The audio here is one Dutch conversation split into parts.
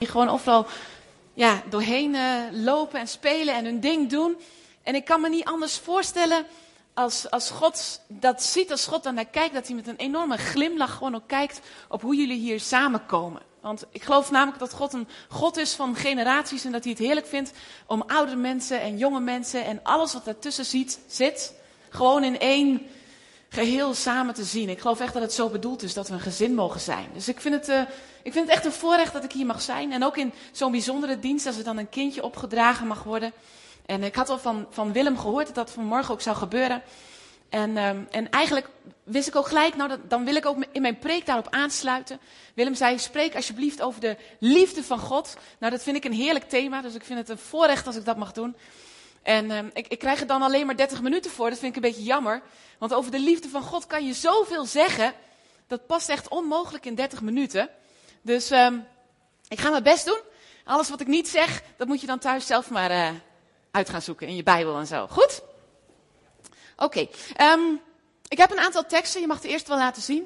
die gewoon overal doorheen lopen en spelen en hun ding doen. En ik kan me niet anders voorstellen als God dat ziet, als God dan naar kijkt, dat hij met een enorme glimlach gewoon ook kijkt op hoe jullie hier samenkomen. Want ik geloof namelijk dat God een God is van generaties en dat hij het heerlijk vindt om oudere mensen en jonge mensen en alles wat daartussen zit, gewoon in één geheel samen te zien. Ik geloof echt dat het zo bedoeld is dat we een gezin mogen zijn. Dus ik vind het echt een voorrecht dat ik hier mag zijn. En ook in zo'n bijzondere dienst als er dan een kindje opgedragen mag worden. En ik had al van Willem gehoord dat dat vanmorgen ook zou gebeuren. En eigenlijk wist ik ook gelijk, dan wil ik ook in mijn preek daarop aansluiten. Willem zei, spreek alsjeblieft over de liefde van God. Nou, dat vind ik een heerlijk thema, dus ik vind het een voorrecht als ik dat mag doen. En ik krijg er dan alleen maar 30 minuten voor, dat vind ik een beetje jammer. Want over de liefde van God kan je zoveel zeggen, dat past echt onmogelijk in 30 minuten. Dus ik ga mijn best doen. Alles wat ik niet zeg, dat moet je dan thuis zelf maar uit gaan zoeken in je Bijbel en zo. Goed? Oké. Ik heb een aantal teksten, je mag de eerste wel laten zien.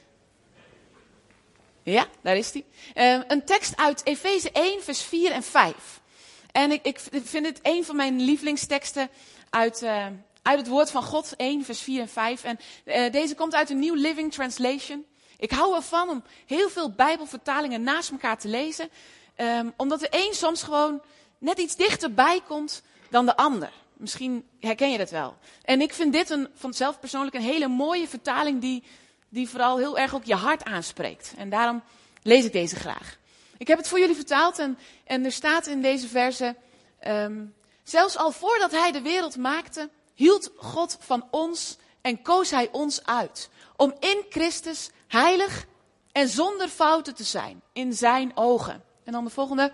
Ja, daar is die. Een tekst uit Efeze 1, vers 4 en 5. En ik vind het een van mijn lievelingsteksten uit het woord van God, 1, vers 4 en 5. En deze komt uit een New Living Translation. Ik hou ervan om heel veel Bijbelvertalingen naast elkaar te lezen. Omdat de een soms gewoon net iets dichterbij komt dan de ander. Misschien herken je dat wel. En ik vind dit vanzelf persoonlijk een hele mooie vertaling die vooral heel erg ook je hart aanspreekt. En daarom lees ik deze graag. Ik heb het voor jullie vertaald en er staat in deze verse: zelfs al voordat hij de wereld maakte, hield God van ons en koos hij ons uit. Om in Christus heilig en zonder fouten te zijn in zijn ogen. En dan de volgende.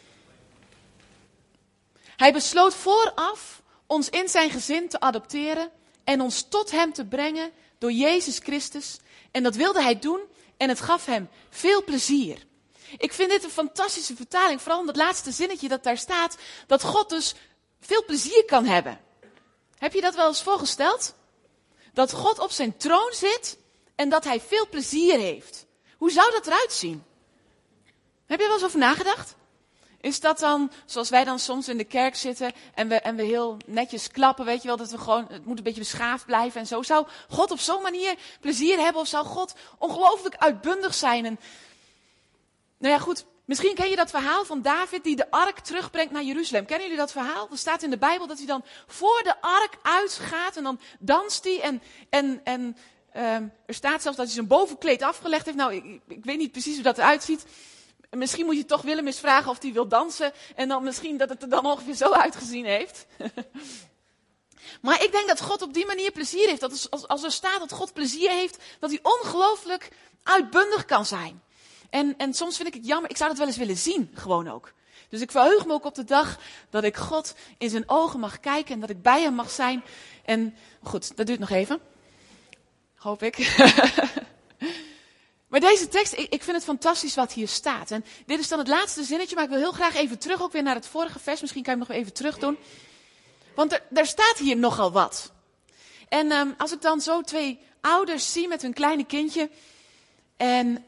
Hij besloot vooraf ons in zijn gezin te adopteren en ons tot hem te brengen door Jezus Christus. En dat wilde hij doen en het gaf hem veel plezier. Ik vind dit een fantastische vertaling, vooral om dat laatste zinnetje dat daar staat, dat God dus veel plezier kan hebben. Heb je dat wel eens voorgesteld? Dat God op zijn troon zit en dat hij veel plezier heeft. Hoe zou dat eruit zien? Heb je er wel eens over nagedacht? Is dat dan, zoals wij dan soms in de kerk zitten en we heel netjes klappen, weet je wel, dat we gewoon, het moet een beetje beschaafd blijven en zo. Zou God op zo'n manier plezier hebben of zou God ongelooflijk uitbundig zijn? En, nou ja, goed, misschien ken je dat verhaal van David die de ark terugbrengt naar Jeruzalem. Kennen jullie dat verhaal? Er staat in de Bijbel dat hij dan voor de ark uitgaat en dan danst hij en er staat zelfs dat hij zijn bovenkleed afgelegd heeft. Nou, ik weet niet precies hoe dat eruit ziet. Misschien moet je toch Willem eens vragen of hij wil dansen. En dan misschien dat het er dan ongeveer zo uitgezien heeft. Maar ik denk dat God op die manier plezier heeft. Dat als er staat dat God plezier heeft, dat hij ongelooflijk uitbundig kan zijn. En soms vind ik het jammer, ik zou dat wel eens willen zien, gewoon ook. Dus ik verheug me ook op de dag dat ik God in zijn ogen mag kijken en dat ik bij hem mag zijn. En goed, dat duurt nog even. Hoop ik. Maar deze tekst, ik vind het fantastisch wat hier staat. En dit is dan het laatste zinnetje, maar ik wil heel graag even terug, ook weer naar het vorige vers. Misschien kan je hem nog even terug doen. Want er staat hier nogal wat. En als ik dan zo twee ouders zie met hun kleine kindje. En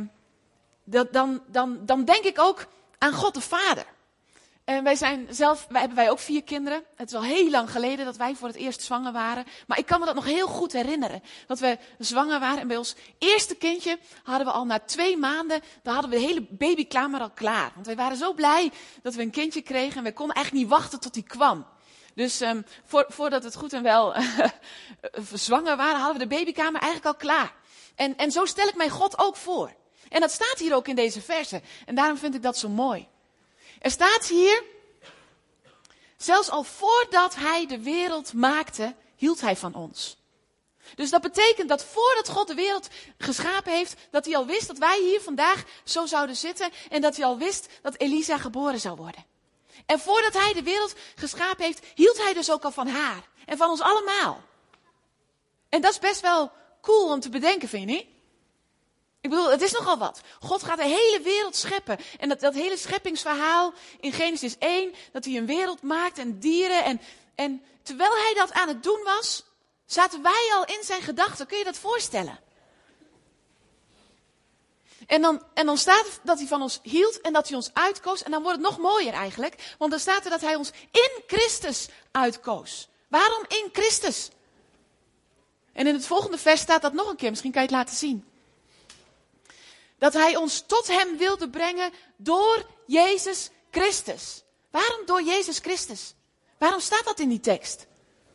dan denk ik ook aan God de Vader. En hebben wij ook 4 kinderen. Het is al heel lang geleden dat wij voor het eerst zwanger waren. Maar ik kan me dat nog heel goed herinneren. Dat we zwanger waren en bij ons eerste kindje hadden we al na 2 maanden, dan hadden we de hele babykamer al klaar. Want wij waren zo blij dat we een kindje kregen en we konden eigenlijk niet wachten tot die kwam. Dus voordat het goed en wel zwanger waren, hadden we de babykamer eigenlijk al klaar. En zo stel ik mij God ook voor. En dat staat hier ook in deze verse. En daarom vind ik dat zo mooi. Er staat hier, zelfs al voordat hij de wereld maakte, hield hij van ons. Dus dat betekent dat voordat God de wereld geschapen heeft, dat hij al wist dat wij hier vandaag zo zouden zitten en dat hij al wist dat Elisa geboren zou worden. En voordat hij de wereld geschapen heeft, hield hij dus ook al van haar en van ons allemaal. En dat is best wel cool om te bedenken, vind je niet? Ik bedoel, het is nogal wat. God gaat de hele wereld scheppen. En dat hele scheppingsverhaal in Genesis 1, dat hij een wereld maakt en dieren. En terwijl hij dat aan het doen was, zaten wij al in zijn gedachten. Kun je dat voorstellen? En dan staat er dat hij van ons hield en dat hij ons uitkoos. En dan wordt het nog mooier eigenlijk. Want dan staat er dat hij ons in Christus uitkoos. Waarom in Christus? En in het volgende vers staat dat nog een keer. Misschien kan je het laten zien. Dat hij ons tot hem wilde brengen door Jezus Christus. Waarom door Jezus Christus? Waarom staat dat in die tekst?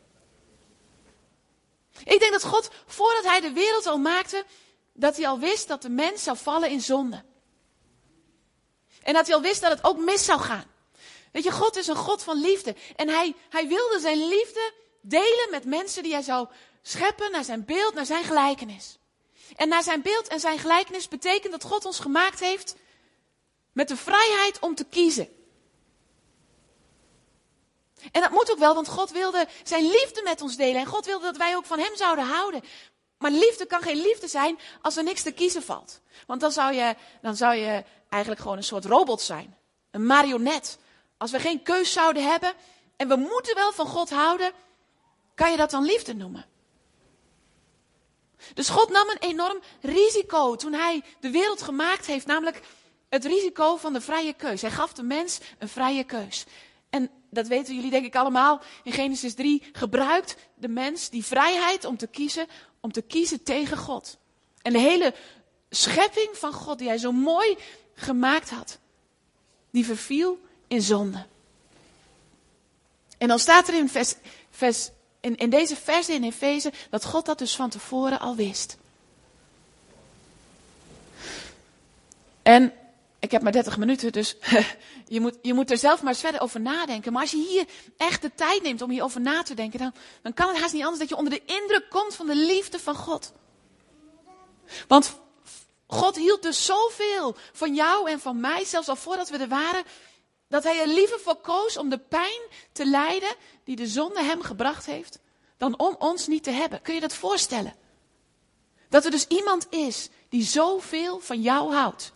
Ik denk dat God, voordat hij de wereld al maakte, dat hij al wist dat de mens zou vallen in zonde. En dat hij al wist dat het ook mis zou gaan. Weet je, God is een God van liefde. En hij wilde zijn liefde delen met mensen die hij zou scheppen naar zijn beeld, naar zijn gelijkenis. En naar zijn beeld en zijn gelijkenis betekent dat God ons gemaakt heeft met de vrijheid om te kiezen. En dat moet ook wel, want God wilde zijn liefde met ons delen. En God wilde dat wij ook van hem zouden houden. Maar liefde kan geen liefde zijn als er niks te kiezen valt. Want dan zou je eigenlijk gewoon een soort robot zijn. Een marionet. Als we geen keus zouden hebben en we moeten wel van God houden, kan je dat dan liefde noemen? Dus God nam een enorm risico toen hij de wereld gemaakt heeft. Namelijk het risico van de vrije keus. Hij gaf de mens een vrije keus. En dat weten jullie denk ik allemaal. In Genesis 3 gebruikt de mens die vrijheid om te kiezen tegen God. En de hele schepping van God die hij zo mooi gemaakt had, die verviel in zonde. En dan staat er in deze versen in Efeze dat God dat dus van tevoren al wist. En ik heb maar 30 minuten, dus je moet er zelf maar eens verder over nadenken. Maar als je hier echt de tijd neemt om hierover na te denken, dan kan het haast niet anders dat je onder de indruk komt van de liefde van God. Want God hield dus zoveel van jou en van mij, zelfs al voordat we er waren, dat hij er liever voor koos om de pijn te lijden die de zonde hem gebracht heeft, dan om ons niet te hebben. Kun je dat voorstellen? Dat er dus iemand is die zoveel van jou houdt.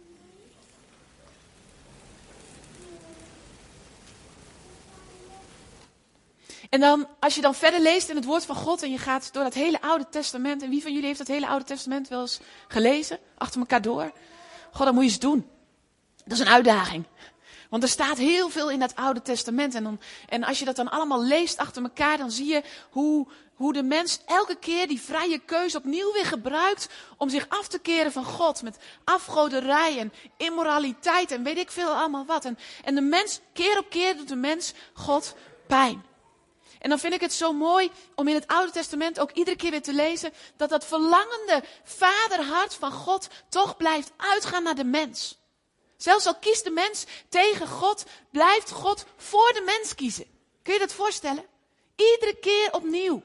En dan, als je dan verder leest in het woord van God en je gaat door dat hele Oude Testament. En wie van jullie heeft dat hele Oude Testament wel eens gelezen? Achter elkaar door. God, dat moet je eens doen. Dat is een uitdaging. Want er staat heel veel in dat Oude Testament. En als je dat dan allemaal leest achter elkaar, dan zie je hoe de mens elke keer die vrije keuze opnieuw weer gebruikt om zich af te keren van God. Met afgoderij en immoraliteit en weet ik veel allemaal wat. En de mens, keer op keer doet de mens God pijn. En dan vind ik het zo mooi om in het Oude Testament ook iedere keer weer te lezen dat dat verlangende vaderhart van God toch blijft uitgaan naar de mens. Zelfs al kiest de mens tegen God, blijft God voor de mens kiezen. Kun je dat voorstellen? Iedere keer opnieuw.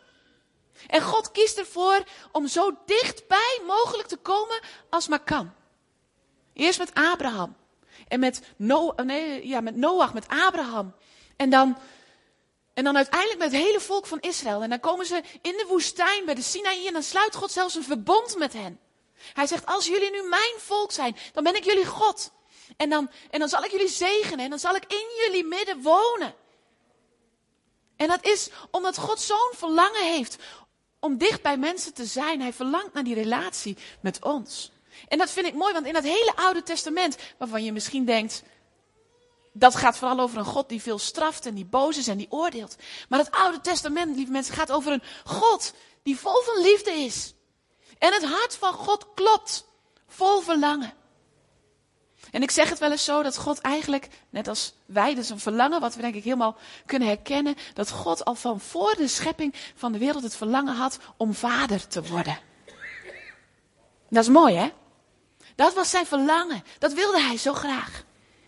En God kiest ervoor om zo dichtbij mogelijk te komen als maar kan. Eerst met Abraham. En met Noach, met Abraham. En dan uiteindelijk met het hele volk van Israël. En dan komen ze in de woestijn bij de Sinaï en dan sluit God zelfs een verbond met hen. Hij zegt, als jullie nu mijn volk zijn, dan ben ik jullie God. En dan zal ik jullie zegenen en dan zal ik in jullie midden wonen. En dat is omdat God zo'n verlangen heeft om dicht bij mensen te zijn. Hij verlangt naar die relatie met ons. En dat vind ik mooi, want in dat hele Oude Testament, waarvan je misschien denkt, dat gaat vooral over een God die veel straft en die boos is en die oordeelt. Maar het Oude Testament, lieve mensen, gaat over een God die vol van liefde is. En het hart van God klopt, vol verlangen. En ik zeg het wel eens zo, dat God eigenlijk, net als wij, dus een verlangen, wat we denk ik helemaal kunnen herkennen, dat God al van voor de schepping van de wereld het verlangen had om vader te worden. Dat is mooi, hè? Dat was zijn verlangen. Dat wilde hij zo graag.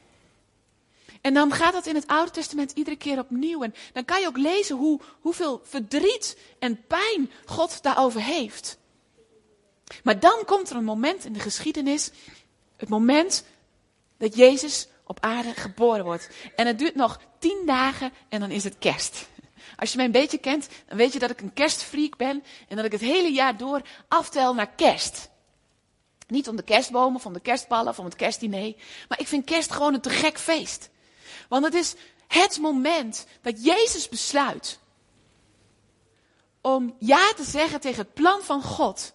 En dan gaat dat in het Oude Testament iedere keer opnieuw. En dan kan je ook lezen hoeveel verdriet en pijn God daarover heeft. Maar dan komt er een moment in de geschiedenis, het moment dat Jezus op aarde geboren wordt. En het duurt nog 10 dagen en dan is het kerst. Als je mij een beetje kent, dan weet je dat ik een kerstfreak ben en dat ik het hele jaar door aftel naar kerst. Niet om de kerstbomen of om de kerstballen of om het kerstdiner, maar ik vind kerst gewoon een te gek feest. Want het is het moment dat Jezus besluit om ja te zeggen tegen het plan van God.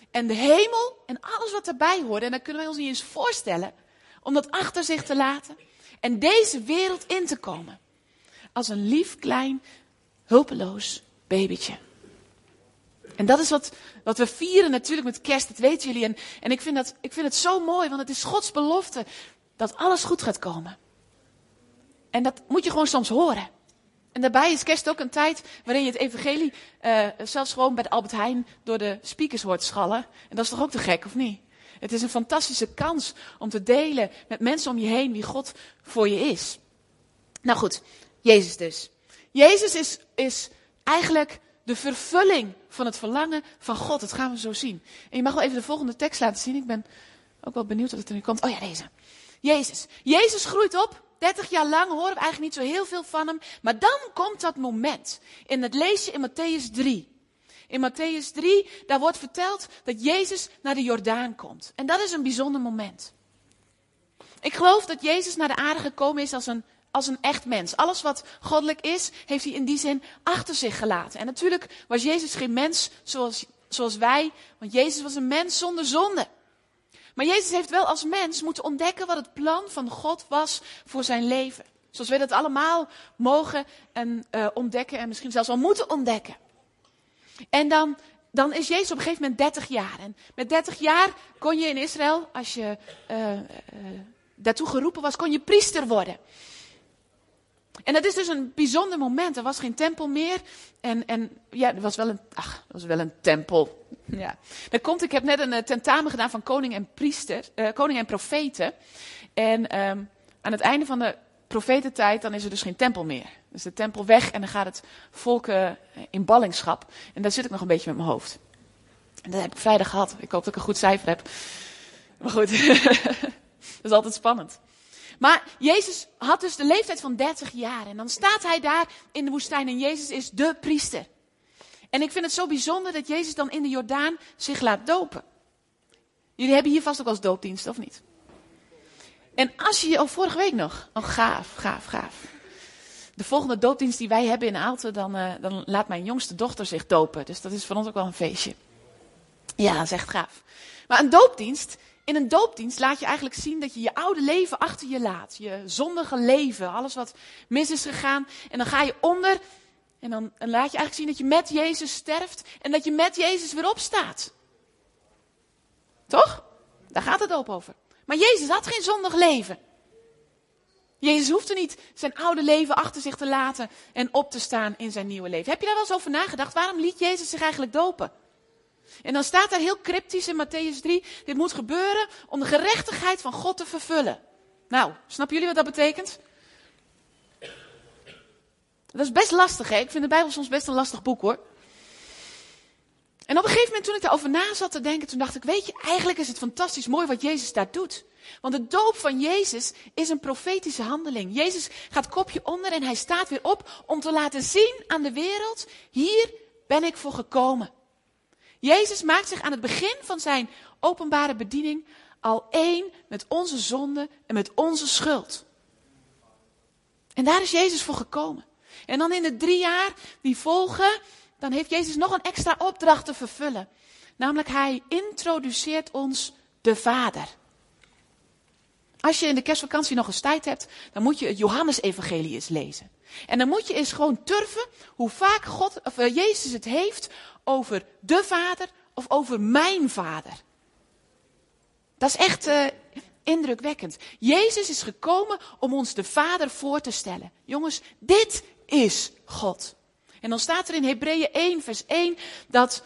en de hemel en alles wat daarbij hoorde. En dat kunnen wij ons niet eens voorstellen om dat achter zich te laten en deze wereld in te komen. Als een lief, klein, hulpeloos babytje. En dat is wat we vieren natuurlijk met kerst, dat weten jullie. En ik vind het zo mooi, want het is Gods belofte dat alles goed gaat komen. En dat moet je gewoon soms horen. En daarbij is kerst ook een tijd waarin je het evangelie zelfs gewoon bij de Albert Heijn door de speakers hoort schallen. En dat is toch ook te gek, of niet? Het is een fantastische kans om te delen met mensen om je heen wie God voor je is. Nou goed, Jezus dus. Jezus is eigenlijk de vervulling van het verlangen van God. Dat gaan we zo zien. En je mag wel even de volgende tekst laten zien. Ik ben ook wel benieuwd wat er nu komt. Oh ja, deze. Jezus. Jezus groeit op. 30 jaar lang horen we eigenlijk niet zo heel veel van hem. Maar dan komt dat moment. En dat lees je in Mattheüs 3. In Mattheüs 3, daar wordt verteld dat Jezus naar de Jordaan komt. En dat is een bijzonder moment. Ik geloof dat Jezus naar de aarde gekomen is als een echt mens. Alles wat goddelijk is, heeft hij in die zin achter zich gelaten. En natuurlijk was Jezus geen mens zoals wij, want Jezus was een mens zonder zonde. Maar Jezus heeft wel als mens moeten ontdekken wat het plan van God was voor zijn leven. Zoals wij dat allemaal mogen ontdekken en misschien zelfs al moeten ontdekken. En dan is Jezus op een gegeven moment 30 jaar. En met 30 jaar kon je in Israël, als je daartoe geroepen was, kon je priester worden. En dat is dus een bijzonder moment. Er was geen tempel meer. En ja, er was wel een tempel. Ja. Ik heb net een tentamen gedaan van koning en profeten. En aan het einde van de profetentijd, dan is er dus geen tempel meer. Dus de tempel weg en dan gaat het volk in ballingschap. En daar zit ik nog een beetje met mijn hoofd. En dat heb ik vrijdag gehad. Ik hoop dat ik een goed cijfer heb. Maar goed, dat is altijd spannend. Maar Jezus had dus de leeftijd van 30 jaar. En dan staat hij daar in de woestijn en Jezus is de priester. En ik vind het zo bijzonder dat Jezus dan in de Jordaan zich laat dopen. Jullie hebben hier vast ook als doopdienst, of niet? En als je vorige week nog. Oh, gaaf. De volgende doopdienst die wij hebben in Aalten, dan laat mijn jongste dochter zich dopen. Dus dat is voor ons ook wel een feestje. Ja, dat is echt gaaf. Maar in een doopdienst laat je eigenlijk zien dat je je oude leven achter je laat. Je zondige leven, alles wat mis is gegaan. En dan ga je onder en dan laat je eigenlijk zien dat je met Jezus sterft en dat je met Jezus weer opstaat. Toch? Daar gaat het doop over. Maar Jezus had geen zondig leven. Jezus hoefde niet zijn oude leven achter zich te laten en op te staan in zijn nieuwe leven. Heb je daar wel eens over nagedacht? Waarom liet Jezus zich eigenlijk dopen? En dan staat daar heel cryptisch in Mattheüs 3, dit moet gebeuren om de gerechtigheid van God te vervullen. Nou, snappen jullie wat dat betekent? Dat is best lastig, hè? Ik vind de Bijbel soms best een lastig boek, hoor. En op een gegeven moment toen ik daarover na zat te denken, toen dacht ik, weet je, eigenlijk is het fantastisch mooi wat Jezus daar doet. Want de doop van Jezus is een profetische handeling. Jezus gaat kopje onder en hij staat weer op om te laten zien aan de wereld, hier ben ik voor gekomen. Jezus maakt zich aan het begin van zijn openbare bediening al één met onze zonde en met onze schuld. En daar is Jezus voor gekomen. En dan in de 3 jaar die volgen, dan heeft Jezus nog een extra opdracht te vervullen. Namelijk, hij introduceert ons de Vader. Als je in de kerstvakantie nog eens tijd hebt, dan moet je het Johannesevangelie eens lezen. En dan moet je eens gewoon turven hoe vaak Jezus het heeft over de Vader of over mijn Vader. Dat is echt indrukwekkend. Jezus is gekomen om ons de Vader voor te stellen. Jongens, dit is God. En dan staat er in Hebreeën 1 vers 1 dat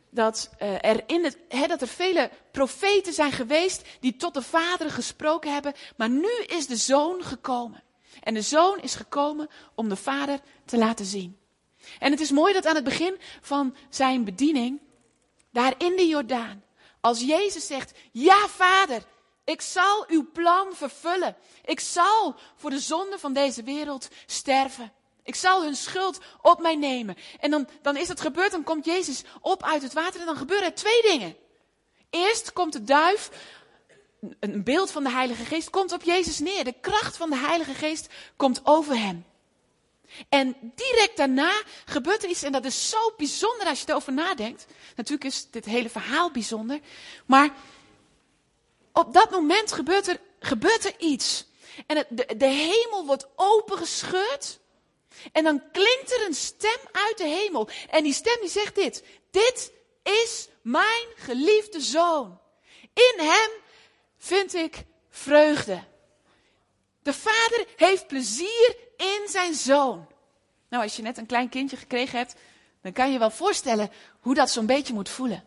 er vele profeten zijn geweest die tot de Vader gesproken hebben. Maar nu is de Zoon gekomen. En de Zoon is gekomen om de Vader te laten zien. En het is mooi dat aan het begin van zijn bediening, daar in de Jordaan, als Jezus zegt, ja Vader, ik zal uw plan vervullen. Ik zal voor de zonde van deze wereld sterven. Ik zal hun schuld op mij nemen. En dan is het gebeurd, dan komt Jezus op uit het water en dan gebeuren er 2 dingen. Eerst komt de duif, een beeld van de Heilige Geest, komt op Jezus neer. De kracht van de Heilige Geest komt over hem. En direct daarna gebeurt er iets en dat is zo bijzonder als je erover nadenkt. Natuurlijk is dit hele verhaal bijzonder, maar op dat moment gebeurt er iets. En de hemel wordt opengescheurd en dan klinkt er een stem uit de hemel. En die stem die zegt dit: dit is mijn geliefde zoon. In hem vind ik vreugde. De vader heeft plezier in zijn zoon. Nou, als je net een klein kindje gekregen hebt, dan kan je je wel voorstellen hoe dat zo'n beetje moet voelen.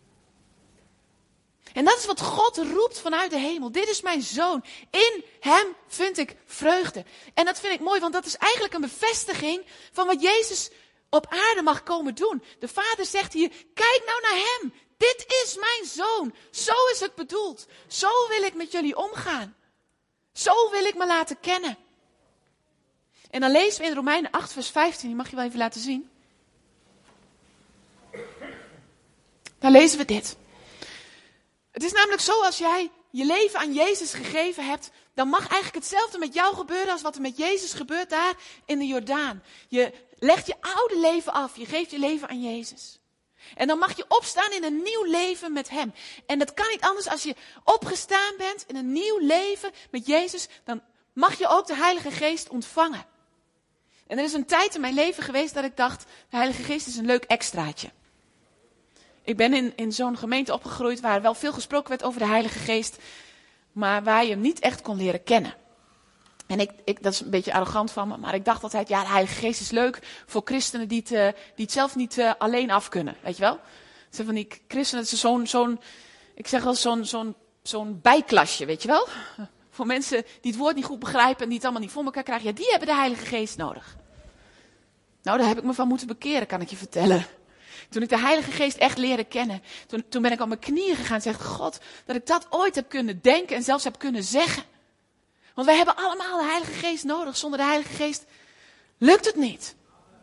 En dat is wat God roept vanuit de hemel. Dit is mijn zoon. In hem vind ik vreugde. En dat vind ik mooi, want dat is eigenlijk een bevestiging van wat Jezus op aarde mag komen doen. De vader zegt hier, kijk nou naar hem. Dit is mijn zoon. Zo is het bedoeld. Zo wil ik met jullie omgaan. Zo wil ik me laten kennen. En dan lezen we in Romeinen 8 vers 15. Die mag je wel even laten zien. Dan lezen we dit. Het is namelijk zo, als jij je leven aan Jezus gegeven hebt, dan mag eigenlijk hetzelfde met jou gebeuren als wat er met Jezus gebeurt daar in de Jordaan. Je legt je oude leven af, je geeft je leven aan Jezus. En dan mag je opstaan in een nieuw leven met hem. En dat kan niet anders als je opgestaan bent in een nieuw leven met Jezus, dan mag je ook de Heilige Geest ontvangen. En er is een tijd in mijn leven geweest dat ik dacht, de Heilige Geest is een leuk extraatje. Ik ben in zo'n gemeente opgegroeid waar wel veel gesproken werd over de Heilige Geest, maar waar je hem niet echt kon leren kennen. En dat is een beetje arrogant van me, maar ik dacht altijd, ja, de Heilige Geest is leuk voor christenen die het zelf niet alleen af kunnen, weet je wel? Het zijn van die christenen, het is zo'n bijklasje, weet je wel? Voor mensen die het woord niet goed begrijpen en die het allemaal niet voor elkaar krijgen, ja, die hebben de Heilige Geest nodig. Nou, daar heb ik me van moeten bekeren, kan ik je vertellen. Toen ik de Heilige Geest echt leerde kennen, toen ben ik op mijn knieën gegaan en zegt God, dat ik dat ooit heb kunnen denken en zelfs heb kunnen zeggen. Want wij hebben allemaal de Heilige Geest nodig. Zonder de Heilige Geest lukt het niet.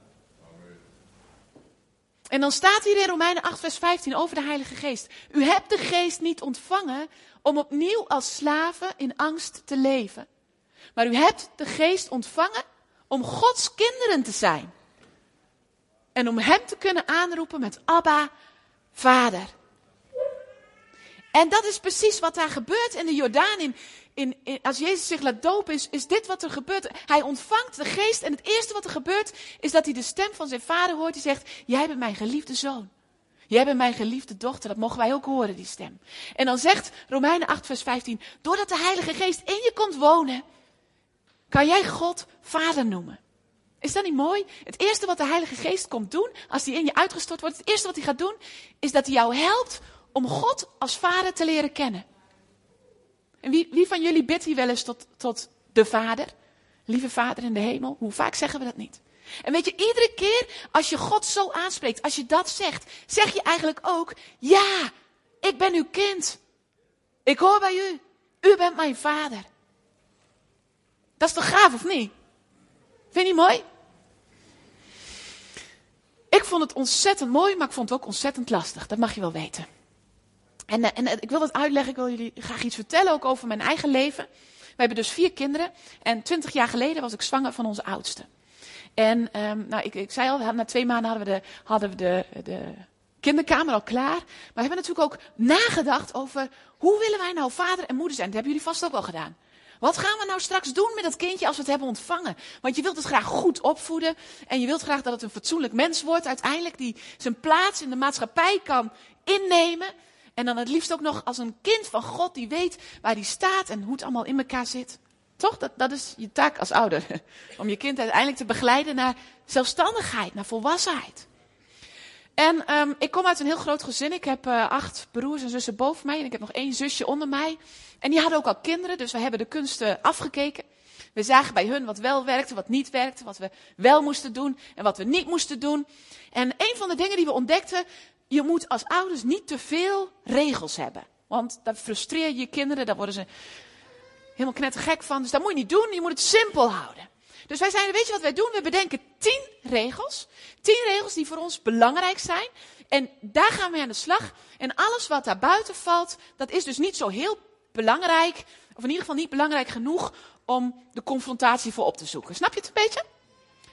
En dan staat hier in Romeinen 8 vers 15 over de Heilige Geest. U hebt de Geest niet ontvangen om opnieuw als slaven in angst te leven. Maar u hebt de Geest ontvangen om Gods kinderen te zijn. En om hem te kunnen aanroepen met Abba, Vader. En dat is precies wat daar gebeurt in de Jordaan. Als Jezus zich laat dopen, is dit wat er gebeurt. Hij ontvangt de Geest en het eerste wat er gebeurt, is dat hij de stem van zijn vader hoort. Die zegt, jij bent mijn geliefde zoon. Jij bent mijn geliefde dochter. Dat mogen wij ook horen, die stem. En dan zegt Romeinen 8 vers 15, doordat de Heilige Geest in je komt wonen, kan jij God Vader noemen. Is dat niet mooi? Het eerste wat de Heilige Geest komt doen, als hij in je uitgestort wordt, het eerste wat hij gaat doen, is dat hij jou helpt om God als Vader te leren kennen. En wie van jullie bidt hier wel eens tot de Vader? Lieve Vader in de hemel? Hoe vaak zeggen we dat niet? En weet je, iedere keer als je God zo aanspreekt, als je dat zegt, zeg je eigenlijk ook, ja, ik ben uw kind. Ik hoor bij u. U bent mijn Vader. Dat is toch gaaf of niet? Vind je niet mooi? Ik vond het ontzettend mooi, maar ik vond het ook ontzettend lastig. Dat mag je wel weten. En ik wil dat uitleggen, ik wil jullie graag iets vertellen ook over mijn eigen leven. We hebben dus 4 kinderen en 20 jaar geleden was ik zwanger van onze oudste. En ik zei al, na 2 maanden hadden we de kinderkamer al klaar. Maar we hebben natuurlijk ook nagedacht over hoe willen wij nou vader en moeder zijn. Dat hebben jullie vast ook wel gedaan. Wat gaan we nou straks doen met dat kindje als we het hebben ontvangen? Want je wilt het graag goed opvoeden. En je wilt graag dat het een fatsoenlijk mens wordt uiteindelijk. Die zijn plaats in de maatschappij kan innemen. En dan het liefst ook nog als een kind van God die weet waar hij staat en hoe het allemaal in elkaar zit. Toch? Dat is je taak als ouder. Om je kind uiteindelijk te begeleiden naar zelfstandigheid, naar volwassenheid. En ik kom uit een heel groot gezin. Ik heb 8 broers en zussen boven mij en ik heb nog 1 zusje onder mij. En die hadden ook al kinderen, dus we hebben de kunsten afgekeken. We zagen bij hun wat wel werkte, wat niet werkte, wat we wel moesten doen en wat we niet moesten doen. En een van de dingen die we ontdekten, je moet als ouders niet te veel regels hebben. Want dan frustreer je je kinderen, daar worden ze helemaal knettergek van. Dus dat moet je niet doen, je moet het simpel houden. Dus wij zeiden, weet je wat wij doen? We bedenken 10 regels. 10 regels die voor ons belangrijk zijn. En daar gaan we aan de slag. En alles wat daar buiten valt, dat is dus niet zo heel belangrijk. Of in ieder geval niet belangrijk genoeg om de confrontatie voor op te zoeken. Snap je het een beetje?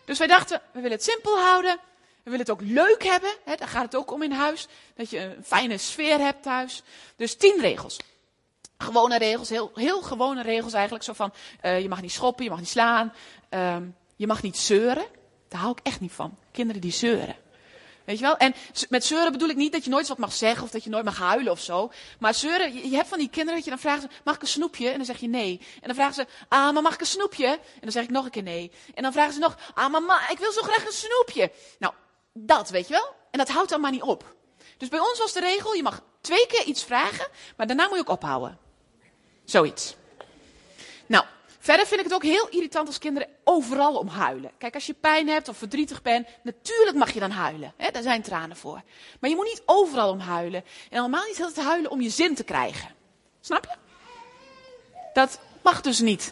Dus wij dachten, we willen het simpel houden. We willen het ook leuk hebben. Hè, daar gaat het ook om in huis. Dat je een fijne sfeer hebt thuis. Dus 10 regels. Gewone regels, heel gewone regels eigenlijk. Zo van, je mag niet schoppen, je mag niet slaan. Je mag niet zeuren. Daar hou ik echt niet van. Kinderen die zeuren. Weet je wel? En met zeuren bedoel ik niet dat je nooit wat mag zeggen of dat je nooit mag huilen of zo. Maar zeuren, je hebt van die kinderen dat je dan vraagt ze, mag ik een snoepje? En dan zeg je nee. En dan vragen ze, maar mag ik een snoepje? En dan zeg ik nog een keer nee. En dan vragen ze nog, mama, ik wil zo graag een snoepje. Nou, dat weet je wel. En dat houdt dan maar niet op. Dus bij ons was de regel, je mag 2 keer iets vragen, maar daarna moet je ook ophouden. Zoiets. Nou, verder vind ik het ook heel irritant als kinderen overal om huilen. Kijk, als je pijn hebt of verdrietig bent, natuurlijk mag je dan huilen. Hè? Daar zijn tranen voor. Maar je moet niet overal om huilen. En allemaal niet heel te huilen om je zin te krijgen. Snap je? Dat mag dus niet.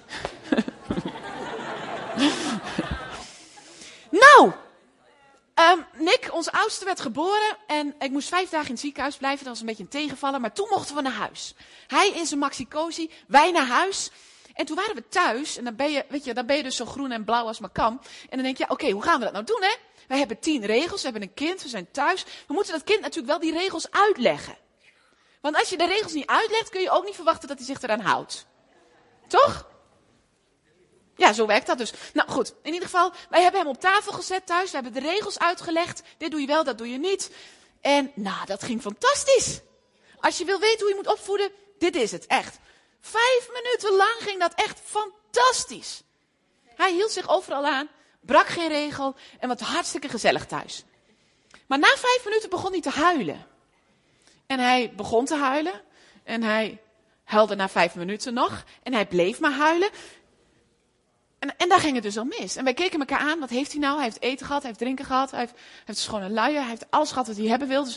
Nou, Nick, onze oudste, werd geboren en ik moest 5 dagen in het ziekenhuis blijven. Dat was een beetje een tegenvaller, maar toen mochten we naar huis. Hij in zijn maxi-cosi, wij naar huis. En toen waren we thuis en dan ben je, weet je, dan ben je dus zo groen en blauw als maar kan. En dan denk je, oké, hoe gaan we dat nou doen, hè? Wij hebben 10 regels, we hebben een kind, we zijn thuis. We moeten dat kind natuurlijk wel die regels uitleggen. Want als je de regels niet uitlegt, kun je ook niet verwachten dat hij zich eraan houdt. Toch? Ja, zo werkt dat dus. Nou goed, in ieder geval, wij hebben hem op tafel gezet thuis. We hebben de regels uitgelegd. Dit doe je wel, dat doe je niet. En nou, dat ging fantastisch. Als je wil weten hoe je moet opvoeden, dit is het, echt. 5 minuten lang ging dat echt fantastisch. Hij hield zich overal aan, brak geen regel en was hartstikke gezellig thuis. Maar na 5 minuten begon hij te huilen. En hij begon te huilen en hij huilde na 5 minuten nog. En hij bleef maar huilen. En daar ging het dus al mis. En wij keken elkaar aan, wat heeft hij nou? Hij heeft eten gehad, hij heeft drinken gehad, hij heeft dus gewoon een luier, hij heeft alles gehad wat hij hebben wil. Dus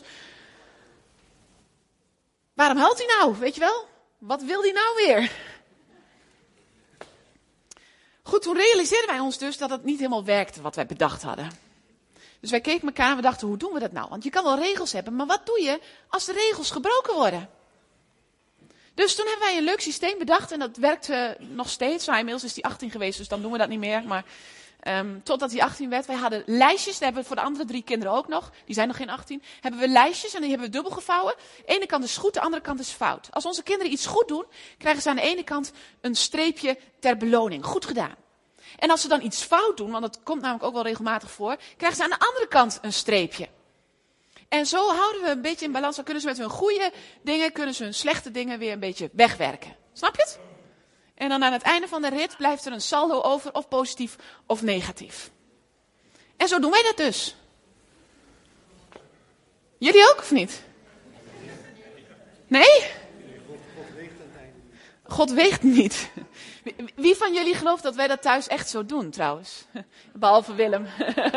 waarom huilt hij nou, weet je wel? Wat wil hij nou weer? Goed, toen realiseerden wij ons dus dat het niet helemaal werkte wat wij bedacht hadden. Dus wij keken elkaar en we dachten, hoe doen we dat nou? Want je kan wel regels hebben, maar wat doe je als de regels gebroken worden? Dus toen hebben wij een leuk systeem bedacht en dat werkte nog steeds. Nou, inmiddels is hij 18 geweest, dus dan doen we dat niet meer. Maar totdat hij 18 werd, wij hadden lijstjes. Dat hebben we voor de andere 3 kinderen ook nog. Die zijn nog geen 18. Hebben we lijstjes en die hebben we dubbel gevouwen. De ene kant is goed, de andere kant is fout. Als onze kinderen iets goed doen, krijgen ze aan de ene kant een streepje ter beloning. Goed gedaan. En als ze dan iets fout doen, want dat komt namelijk ook wel regelmatig voor, krijgen ze aan de andere kant een streepje. En zo houden we een beetje in balans. Dan kunnen ze met hun goede dingen, kunnen ze hun slechte dingen weer een beetje wegwerken. Snap je het? En dan aan het einde van de rit blijft er een saldo over, of positief of negatief. En zo doen wij dat dus. Jullie ook of niet? Nee? God weegt niet. Wie van jullie gelooft dat wij dat thuis echt zo doen trouwens? Behalve Willem.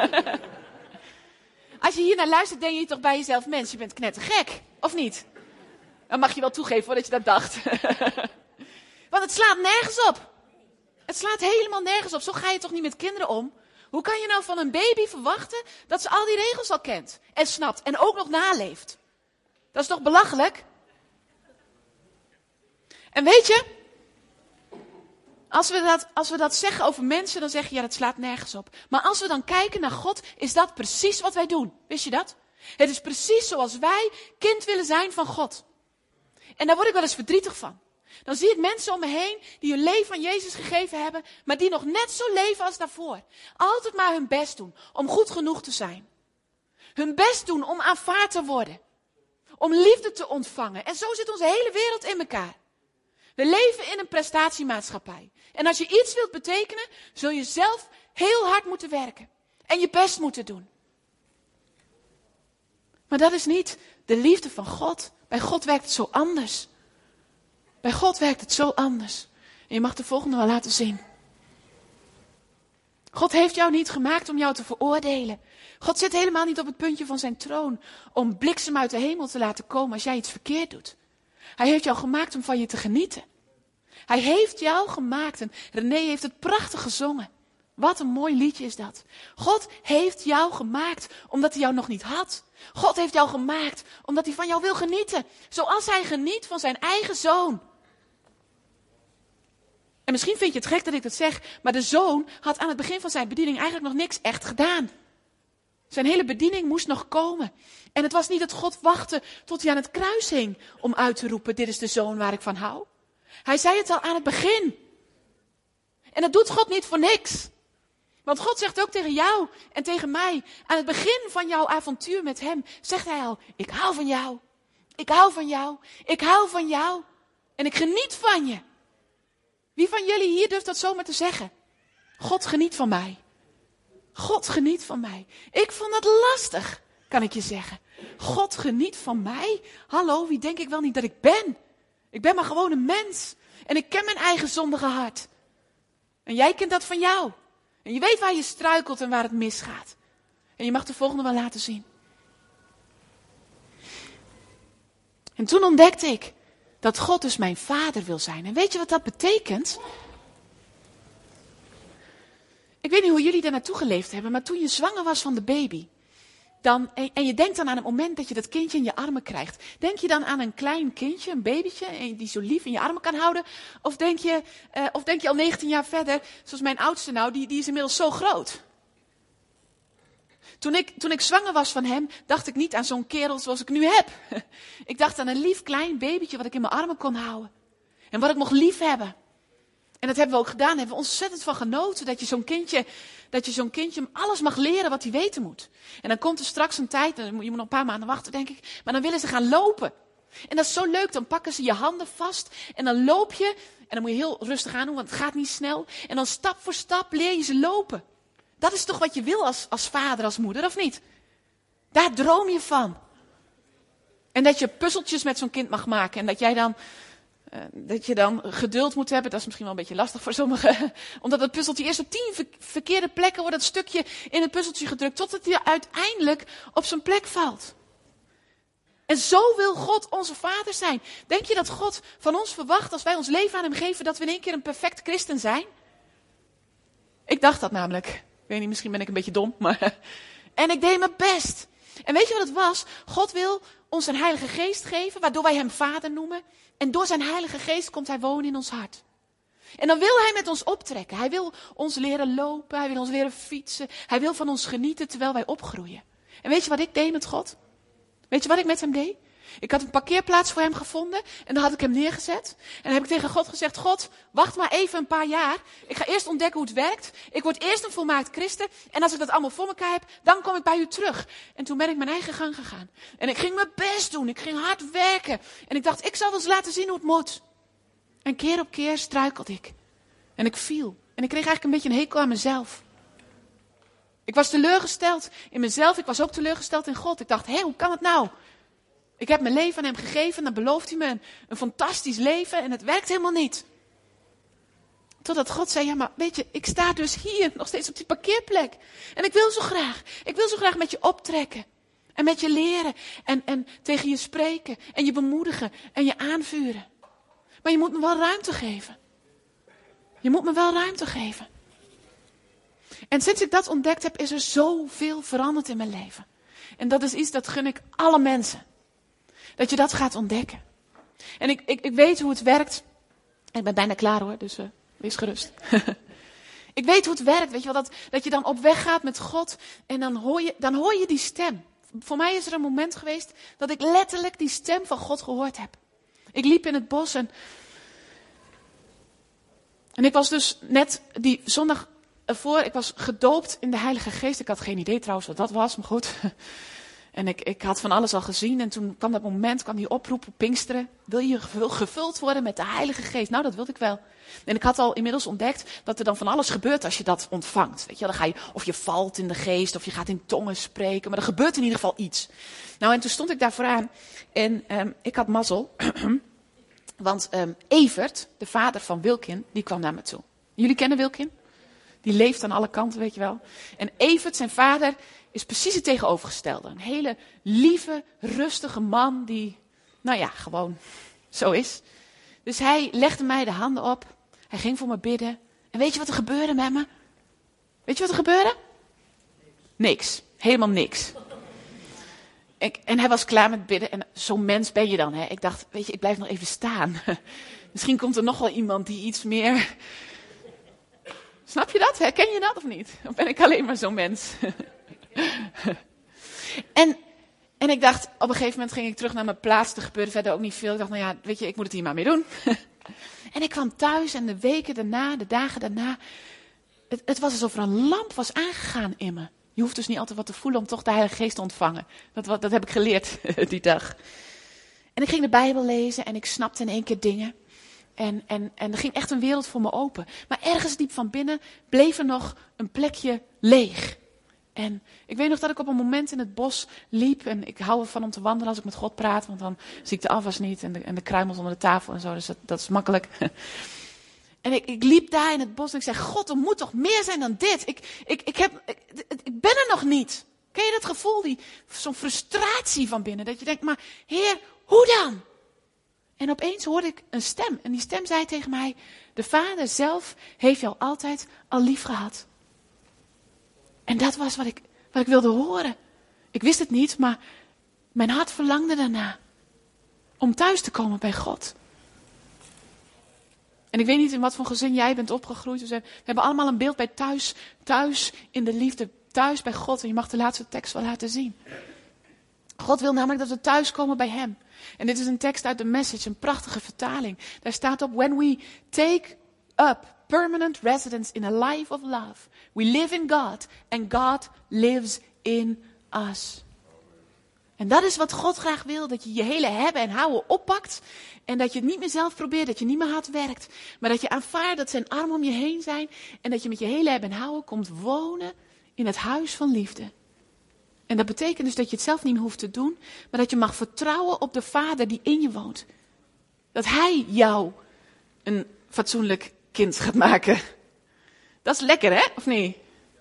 Als je hier naar luistert, denk je toch bij jezelf, mens, je bent knettergek. Of niet? Dan mag je wel toegeven hoor, dat je dat dacht. Want het slaat nergens op. Het slaat helemaal nergens op. Zo ga je toch niet met kinderen om? Hoe kan je nou van een baby verwachten dat ze al die regels al kent en snapt en ook nog naleeft? Dat is toch belachelijk? En weet je, als we dat zeggen over mensen, dan zeg je, ja, dat slaat nergens op. Maar als we dan kijken naar God, is dat precies wat wij doen. Wist je dat? Het is precies zoals wij kind willen zijn van God. En daar word ik wel eens verdrietig van. Dan zie ik mensen om me heen die hun leven aan Jezus gegeven hebben, maar die nog net zo leven als daarvoor. Altijd maar hun best doen om goed genoeg te zijn. Hun best doen om aanvaard te worden. Om liefde te ontvangen. En zo zit onze hele wereld in elkaar. We leven in een prestatiemaatschappij. En als je iets wilt betekenen, zul je zelf heel hard moeten werken. En je best moeten doen. Maar dat is niet de liefde van God. Bij God werkt het zo anders. Bij God werkt het zo anders. En je mag de volgende wel laten zien. God heeft jou niet gemaakt om jou te veroordelen. God zit helemaal niet op het puntje van zijn troon om bliksem uit de hemel te laten komen als jij iets verkeerd doet. Hij heeft jou gemaakt om van je te genieten. Hij heeft jou gemaakt. En René heeft het prachtig gezongen. Wat een mooi liedje is dat. God heeft jou gemaakt omdat hij jou nog niet had. God heeft jou gemaakt omdat hij van jou wil genieten. Zoals hij geniet van zijn eigen zoon. En misschien vind je het gek dat ik dat zeg, maar de zoon had aan het begin van zijn bediening eigenlijk nog niks echt gedaan. Zijn hele bediening moest nog komen. En het was niet dat God wachtte tot hij aan het kruis hing om uit te roepen, dit is de zoon waar ik van hou. Hij zei het al aan het begin. En dat doet God niet voor niks. Want God zegt ook tegen jou en tegen mij, aan het begin van jouw avontuur met hem, zegt hij al, ik hou van jou. Ik hou van jou. Ik hou van jou. En ik geniet van je. Wie van jullie hier durft dat zomaar te zeggen? God geniet van mij. God geniet van mij. Ik vond dat lastig, kan ik je zeggen. God geniet van mij? Hallo, wie denk ik wel niet dat ik ben? Ik ben maar gewoon een mens. En ik ken mijn eigen zondige hart. En jij kent dat van jou. En je weet waar je struikelt en waar het misgaat. En je mag de volgende wel laten zien. En toen ontdekte ik dat God dus mijn vader wil zijn. En weet je wat dat betekent? Ik weet niet hoe jullie daar naartoe geleefd hebben, maar toen je zwanger was van de baby, en je denkt dan aan het moment dat je dat kindje in je armen krijgt. Denk je dan aan een klein kindje, een babytje, die zo lief in je armen kan houden? Of denk je al 19 jaar verder, zoals mijn oudste nou, die is inmiddels zo groot. Toen ik zwanger was van hem, dacht ik niet aan zo'n kerel zoals ik nu heb. Ik dacht aan een lief klein babytje wat ik in mijn armen kon houden. En wat ik mocht lief hebben. En dat hebben we ook gedaan. Daar hebben we ontzettend van genoten. Dat je zo'n kindje hem alles mag leren wat hij weten moet. En dan komt er straks een tijd, je moet nog een paar maanden wachten denk ik. Maar dan willen ze gaan lopen. En dat is zo leuk. Dan pakken ze je handen vast. En dan loop je. En dan moet je heel rustig aan doen, want het gaat niet snel. En dan stap voor stap leer je ze lopen. Dat is toch wat je wil als vader, als moeder, of niet? Daar droom je van. En dat je puzzeltjes met zo'n kind mag maken. En dat je dan geduld moet hebben. Dat is misschien wel een beetje lastig voor sommigen. Omdat het puzzeltje eerst op 10 verkeerde plekken wordt dat stukje in het puzzeltje gedrukt. Totdat hij uiteindelijk op zijn plek valt. En zo wil God onze vader zijn. Denk je dat God van ons verwacht, als wij ons leven aan hem geven, dat we in één keer een perfect christen zijn? Ik dacht dat namelijk. Ik weet niet, misschien ben ik een beetje dom. En ik deed mijn best. En weet je wat het was? God wil ons een heilige geest geven, waardoor wij hem vader noemen. En door zijn heilige geest komt hij wonen in ons hart. En dan wil hij met ons optrekken. Hij wil ons leren lopen, hij wil ons leren fietsen. Hij wil van ons genieten terwijl wij opgroeien. En weet je wat ik deed met God? Weet je wat ik met hem deed? Ik had een parkeerplaats voor hem gevonden en daar had ik hem neergezet. En dan heb ik tegen God gezegd, God, wacht maar even een paar jaar. Ik ga eerst ontdekken hoe het werkt. Ik word eerst een volmaakt christen. En als ik dat allemaal voor elkaar heb, dan kom ik bij u terug. En toen ben ik mijn eigen gang gegaan. En ik ging mijn best doen. Ik ging hard werken. En ik dacht, ik zal wel eens laten zien hoe het moet. En keer op keer struikelde ik. En ik viel. En ik kreeg eigenlijk een beetje een hekel aan mezelf. Ik was teleurgesteld in mezelf. Ik was ook teleurgesteld in God. Ik dacht, hoe kan het nou? Ik heb mijn leven aan hem gegeven. Dan belooft hij me een fantastisch leven. En het werkt helemaal niet. Totdat God zei, ja maar weet je, ik sta dus hier nog steeds op die parkeerplek. En ik wil zo graag. Ik wil zo graag met je optrekken. En met je leren. En tegen je spreken. En je bemoedigen. En je aanvuren. Maar je moet me wel ruimte geven. Je moet me wel ruimte geven. En sinds ik dat ontdekt heb, is er zoveel veranderd in mijn leven. En dat is iets dat gun ik alle mensen. Dat je dat gaat ontdekken. En ik weet hoe het werkt. Ik ben bijna klaar hoor, dus wees gerust. Ik weet hoe het werkt, weet je wel, dat je dan op weg gaat met God en dan hoor je die stem. Voor mij is er een moment geweest dat ik letterlijk die stem van God gehoord heb. Ik liep in het bos en ik was dus net die zondag ervoor, ik was gedoopt in de Heilige Geest. Ik had geen idee trouwens wat dat was, maar goed. En ik had van alles al gezien en toen kwam dat moment, kwam die oproep op Pinksteren. Wil je gevuld worden met de Heilige Geest? Nou, dat wilde ik wel. En ik had al inmiddels ontdekt dat er dan van alles gebeurt als je dat ontvangt. Weet je, dan ga je, of je valt in de geest, of je gaat in tongen spreken. Maar er gebeurt in ieder geval iets. Nou, en toen stond ik daar vooraan en ik had mazzel. Want Evert, de vader van Wilkin, die kwam naar me toe. Jullie kennen Wilkin? Die leeft aan alle kanten, weet je wel. En Evert, zijn vader, is precies het tegenovergestelde. Een hele lieve, rustige man die, nou ja, gewoon zo is. Dus hij legde mij de handen op. Hij ging voor me bidden. En weet je wat er gebeurde met me? Weet je wat er gebeurde? Niks. Helemaal niks. En hij was klaar met bidden. En zo'n mens ben je dan, hè. Ik dacht, weet je, ik blijf nog even staan. Misschien komt er nog wel iemand die iets meer... Snap je dat? Herken je dat of niet? Of ben ik alleen maar zo'n mens? En ik dacht, op een gegeven moment ging ik terug naar mijn plaats. Er gebeurde verder ook niet veel. Ik dacht, nou ja, weet je, ik moet het hier maar mee doen. En ik kwam thuis en de weken daarna, de dagen daarna... Het was alsof er een lamp was aangegaan in me. Je hoeft dus niet altijd wat te voelen om toch de Heilige Geest te ontvangen. Dat heb ik geleerd die dag. En ik ging de Bijbel lezen en ik snapte in één keer dingen. En er ging echt een wereld voor me open. Maar ergens diep van binnen bleef er nog een plekje leeg. En ik weet nog dat ik op een moment in het bos liep. En ik hou ervan om te wandelen als ik met God praat. Want dan zie ik de afwas niet en de kruimels onder de tafel en zo. Dus dat is makkelijk. En ik liep daar in het bos en ik zei, God, er moet toch meer zijn dan dit? Ik ben er nog niet. Ken je dat gevoel, zo'n frustratie van binnen? Dat je denkt, maar Heer, hoe dan? En opeens hoorde ik een stem. En die stem zei tegen mij, de Vader zelf heeft jou altijd al lief gehad. En dat was wat ik wilde horen. Ik wist het niet, maar mijn hart verlangde daarna. Om thuis te komen bij God. En ik weet niet in wat voor gezin jij bent opgegroeid. We hebben allemaal een beeld bij thuis in de liefde, thuis bij God. En je mag de laatste tekst wel laten zien. God wil namelijk dat we thuis komen bij hem. En dit is een tekst uit de Message, een prachtige vertaling. Daar staat op, when we take up permanent residence in a life of love, we live in God and God lives in us. En dat is wat God graag wil, dat je je hele hebben en houden oppakt. En dat je het niet meer zelf probeert, dat je niet meer hard werkt. Maar dat je aanvaardt dat zijn armen om je heen zijn. En dat je met je hele hebben en houden komt wonen in het huis van liefde. En dat betekent dus dat je het zelf niet meer hoeft te doen. Maar dat je mag vertrouwen op de Vader die in je woont. Dat hij jou een fatsoenlijk kind gaat maken. Dat is lekker, hè? Of niet?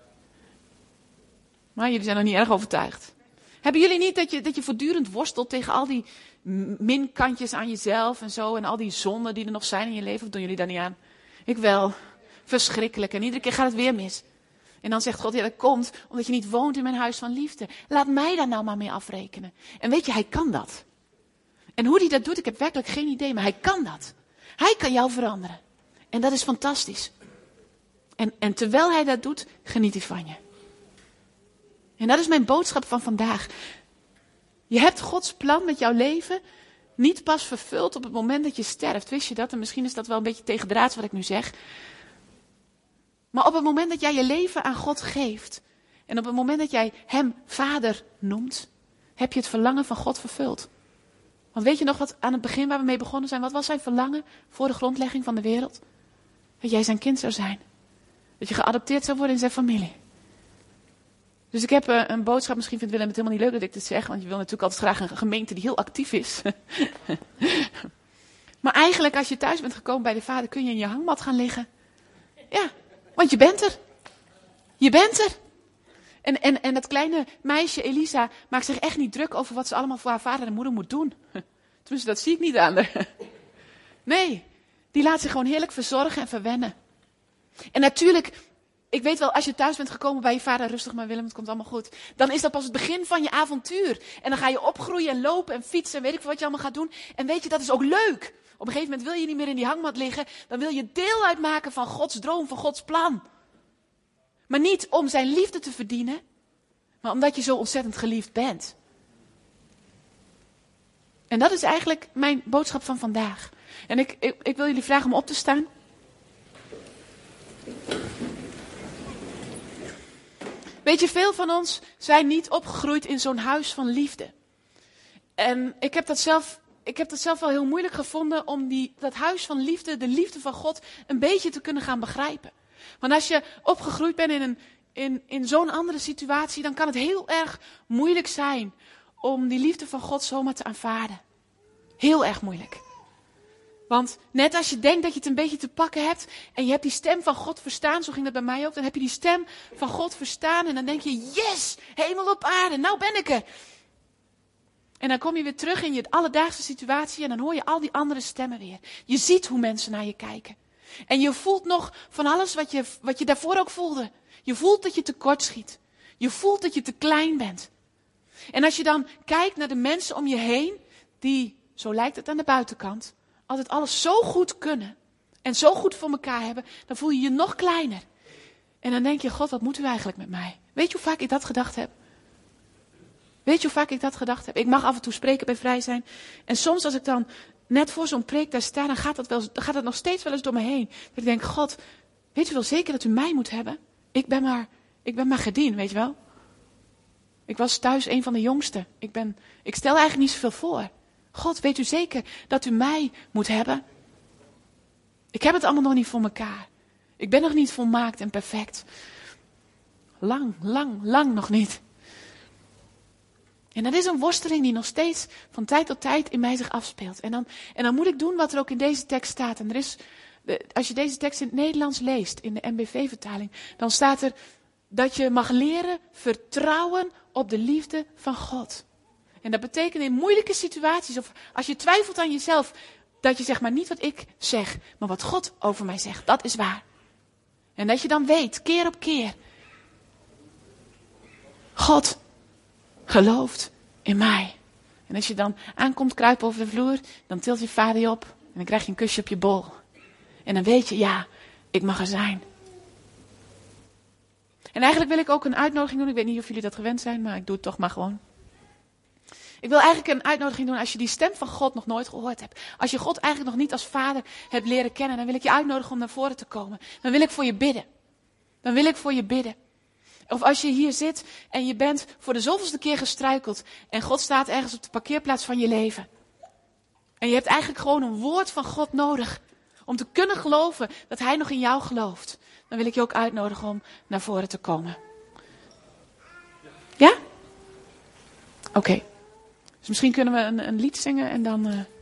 Maar jullie zijn nog niet erg overtuigd. Hebben jullie niet dat je voortdurend worstelt tegen al die minkantjes aan jezelf en zo. En al die zonden die er nog zijn in je leven? Of doen jullie daar niet aan? Ik wel. Verschrikkelijk. En iedere keer gaat het weer mis. En dan zegt God, ja, dat komt omdat je niet woont in mijn huis van liefde. Laat mij daar nou maar mee afrekenen. En weet je, hij kan dat. En hoe hij dat doet, ik heb werkelijk geen idee. Maar hij kan dat. Hij kan jou veranderen. En dat is fantastisch. En terwijl hij dat doet, geniet hij van je. En dat is mijn boodschap van vandaag. Je hebt Gods plan met jouw leven niet pas vervuld op het moment dat je sterft. Wist je dat? En misschien is dat wel een beetje tegendraads wat ik nu zeg. Maar op het moment dat jij je leven aan God geeft. En op het moment dat jij hem Vader noemt. Heb je het verlangen van God vervuld. Want weet je nog wat aan het begin waar we mee begonnen zijn? Wat was zijn verlangen voor de grondlegging van de wereld? Dat jij zijn kind zou zijn. Dat je geadopteerd zou worden in zijn familie. Dus ik heb een boodschap, misschien vindt Willem het helemaal niet leuk dat ik dit zeg, want je wil natuurlijk altijd graag een gemeente die heel actief is. Maar eigenlijk als je thuis bent gekomen bij de Vader, kun je in je hangmat gaan liggen. Ja, want je bent er. Je bent er. En dat kleine meisje Elisa maakt zich echt niet druk over wat ze allemaal voor haar vader en moeder moet doen. Tenminste, dat zie ik niet aan haar. Nee, die laat zich gewoon heerlijk verzorgen en verwennen. En natuurlijk, ik weet wel, als je thuis bent gekomen bij je vader, rustig maar Willem, het komt allemaal goed. Dan is dat pas het begin van je avontuur. En dan ga je opgroeien en lopen en fietsen en weet ik veel wat je allemaal gaat doen. En weet je, dat is ook leuk. Op een gegeven moment wil je niet meer in die hangmat liggen. Dan wil je deel uitmaken van Gods droom, van Gods plan. Maar niet om zijn liefde te verdienen, maar omdat je zo ontzettend geliefd bent. En dat is eigenlijk mijn boodschap van vandaag. En ik wil jullie vragen om op te staan. Weet je, veel van ons zijn niet opgegroeid in zo'n huis van liefde. En ik heb dat zelf wel heel moeilijk gevonden om dat huis van liefde, de liefde van God, een beetje te kunnen gaan begrijpen. Want als je opgegroeid bent in zo'n andere situatie, dan kan het heel erg moeilijk zijn om die liefde van God zomaar te aanvaarden. Heel erg moeilijk. Want net als je denkt dat je het een beetje te pakken hebt en je hebt die stem van God verstaan, zo ging dat bij mij ook, dan heb je die stem van God verstaan en dan denk je, yes, hemel op aarde, nou ben ik er. En dan kom je weer terug in je alledaagse situatie en dan hoor je al die andere stemmen weer. Je ziet hoe mensen naar je kijken. En je voelt nog van alles wat je daarvoor ook voelde. Je voelt dat je tekort schiet. Je voelt dat je te klein bent. En als je dan kijkt naar de mensen om je heen, die, zo lijkt het aan de buitenkant, altijd alles zo goed kunnen en zo goed voor elkaar hebben, dan voel je je nog kleiner. En dan denk je, God, wat moet u eigenlijk met mij? Weet je hoe vaak ik dat gedacht heb? Weet je hoe vaak ik dat gedacht heb? Ik mag af en toe spreken bij Vrij Zijn. En soms als ik dan net voor zo'n preek daar sta, dan gaat het nog steeds wel eens door me heen. Dat ik denk, God, weet u wel zeker dat u mij moet hebben? Ik ben maar gedien, weet je wel? Ik was thuis een van de jongsten. Ik stel eigenlijk niet zoveel voor. God, weet u zeker dat u mij moet hebben? Ik heb het allemaal nog niet voor elkaar. Ik ben nog niet volmaakt en perfect. Lang nog niet. En dat is een worsteling die nog steeds van tijd tot tijd in mij zich afspeelt. En dan moet ik doen wat er ook in deze tekst staat. En als je deze tekst in het Nederlands leest, in de MBV-vertaling, dan staat er dat je mag leren vertrouwen op de liefde van God. En dat betekent in moeilijke situaties, of als je twijfelt aan jezelf, dat je zegt maar niet wat ik zeg, maar wat God over mij zegt. Dat is waar. En dat je dan weet, keer op keer, God gelooft in mij. En als je dan aankomt kruipen over de vloer, dan tilt je vader je op en dan krijg je een kusje op je bol. En dan weet je, ja, ik mag er zijn. En eigenlijk wil ik ook een uitnodiging doen. Ik weet niet of jullie dat gewend zijn, maar ik doe het toch maar gewoon. Ik wil eigenlijk een uitnodiging doen als je die stem van God nog nooit gehoord hebt. Als je God eigenlijk nog niet als vader hebt leren kennen, dan wil ik je uitnodigen om naar voren te komen. Dan wil ik voor je bidden. Of als je hier zit en je bent voor de zoveelste keer gestruikeld en God staat ergens op de parkeerplaats van je leven. En je hebt eigenlijk gewoon een woord van God nodig om te kunnen geloven dat Hij nog in jou gelooft. Dan wil ik je ook uitnodigen om naar voren te komen. Ja? Oké. Dus misschien kunnen we een lied zingen en dan